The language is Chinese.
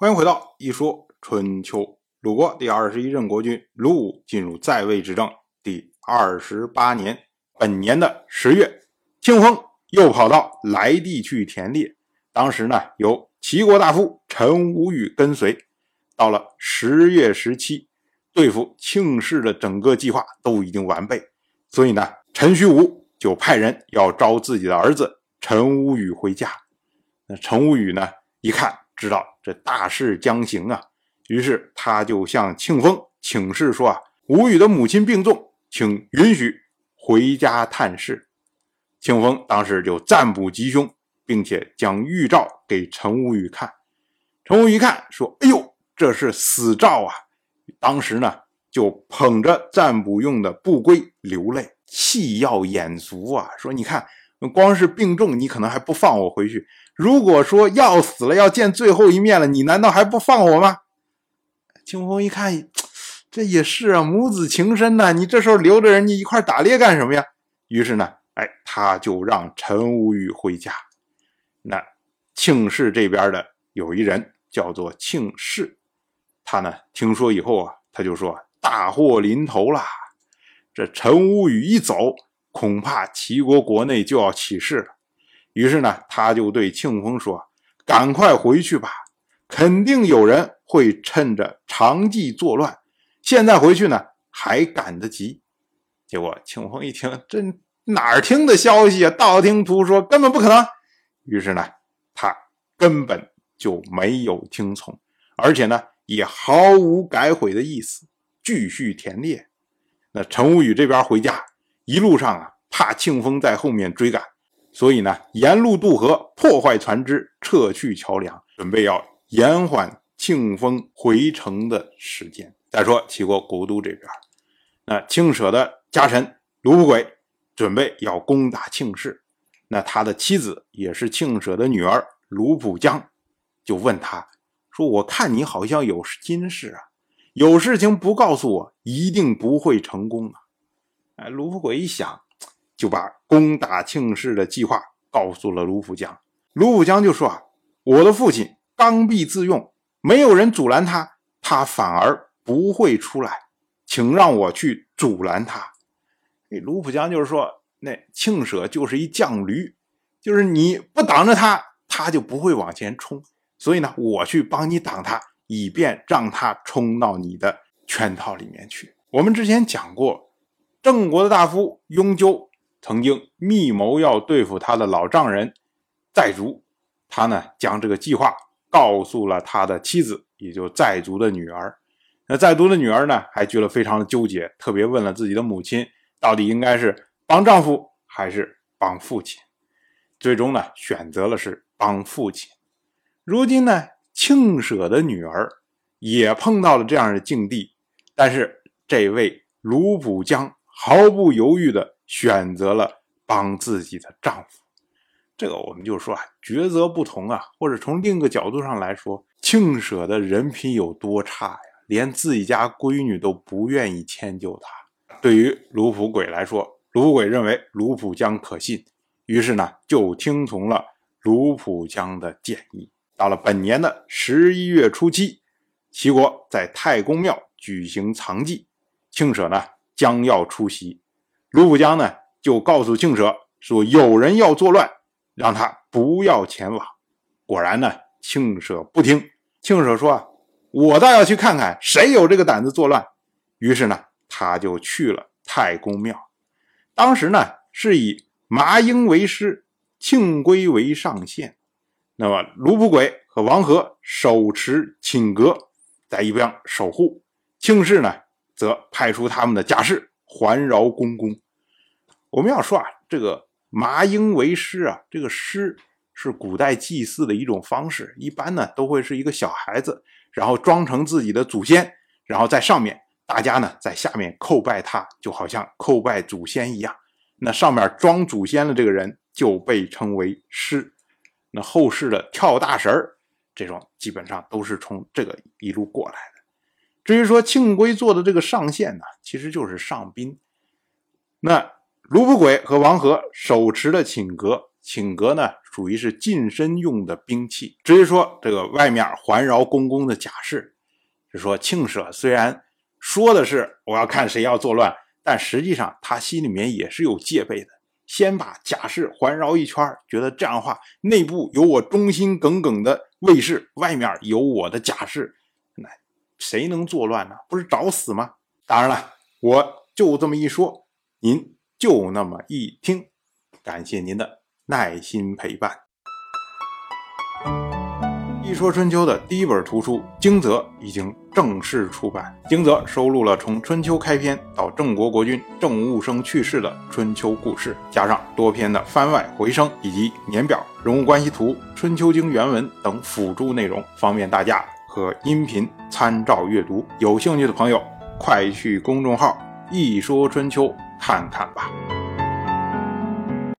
欢迎回到一说春秋。鲁国第21任国君鲁武进入在位执政第28年，本年的10月，庆封又跑到莱地去田猎。当时呢，有齐国大夫陈无宇跟随。到了10月17，对付庆氏的整个计划都已经完备，所以呢，陈虚武就派人要招自己的儿子陈无宇回家。那陈无宇呢，一看知道这大事将行啊，于是他就向庆封请示说无宇的母亲病重，请允许回家探视。庆封当时就赞卜吉凶，并且将预兆给陈无宇看。陈无宇一看说，哎呦，这是死兆啊！当时呢，就捧着占卜用的布龟流泪，气要眼足啊，说你看光是病重你可能还不放我回去，如果说要死了，要见最后一面了，你难道还不放我吗？庆封一看，这也是啊，母子情深呐，你这时候留着人家一块打猎干什么呀？于是呢，他就让陈无宇回家。那庆氏这边的有一人叫做庆氏，他呢听说以后他就说大祸临头啦，这陈无宇一走，恐怕齐国国内就要起事了。于是呢，他就对庆封说，赶快回去吧，肯定有人会趁着长计作乱，现在回去呢还赶得及。结果庆封一听，这哪儿听的消息啊，道听途说，根本不可能。于是呢，他根本就没有听从，而且呢也毫无改悔的意思，继续田猎。那陈无宇这边回家，一路上怕庆封在后面追赶，所以呢沿路渡河，破坏船只，撤去桥梁，准备要延缓庆封回城的时间。再说齐国国都这边，那庆舍的家臣卢不轨准备要攻打庆氏，那他的妻子也是庆舍的女儿卢普江就问他说，我看你好像有心事有事情不告诉我，一定不会成功卢不轨一想，就把攻打庆氏的计划告诉了卢普江。卢普江就说我的父亲刚愎自用，没有人阻拦他，他反而不会出来，请让我去阻拦他。卢普江就是说，那庆舍就是一犟驴，就是你不挡着他，他就不会往前冲，所以呢，我去帮你挡他，以便让他冲到你的圈套里面去。我们之前讲过，郑国的大夫雍纠曾经密谋要对付他的老丈人在族，他呢将这个计划告诉了他的妻子，也就在族的女儿。那在族的女儿呢还觉得非常的纠结，特别问了自己的母亲，到底应该是帮丈夫还是帮父亲。最终呢选择了是帮父亲。如今呢庆舍的女儿也碰到了这样的境地，但是这位卢普江毫不犹豫地选择了帮自己的丈夫。这个我们就说抉择不同或者从另一个角度上来说，庆舍的人品有多差呀，连自己家闺女都不愿意迁就他。对于卢普轨来说，卢普轨认为卢普江可信，于是呢就听从了卢普江的建议。到了本年的11月初七，齐国在太公庙举行藏祭，庆舍呢将要出席。卢普江呢就告诉庆舍说，有人要作乱，让他不要前往。果然呢庆舍不听，庆舍说我倒要去看看谁有这个胆子作乱。于是呢他就去了太公庙。当时呢是以麻鹰为师，庆归为上县。那么卢不轨和王和手持寝阁在一边守护，庆氏呢则派出他们的甲士环绕宫宫。我们要说这个麻鹰为师这个师是古代祭祀的一种方式，一般呢都会是一个小孩子，然后装成自己的祖先，然后在上面，大家呢在下面叩拜他，就好像叩拜祖先一样。那上面装祖先的这个人就被称为师。那后世的跳大神这种基本上都是从这个一路过来的。至于说庆归做的这个上县呢，其实就是上宾。那卢不轨和王和手持的寝阁寝阁呢属于是近身用的兵器。至于说这个外面环绕宫宫的甲士，就说庆舍虽然说的是我要看谁要作乱，但实际上他心里面也是有戒备的，先把甲士环绕一圈，觉得这样的话内部有我忠心耿耿的卫士，外面有我的甲士，那谁能作乱呢？不是找死吗？当然了，我就这么一说，您就那么一听，感谢您的耐心陪伴。一说春秋的第一本图书《惊泽》已经正式出版。惊泽收录了从春秋开篇到郑国国君郑务生去世的春秋故事，加上多篇的番外回声以及年表、人物关系图、春秋经原文等辅助内容，方便大家和音频参照阅读。有兴趣的朋友快去公众号一说春秋看看吧。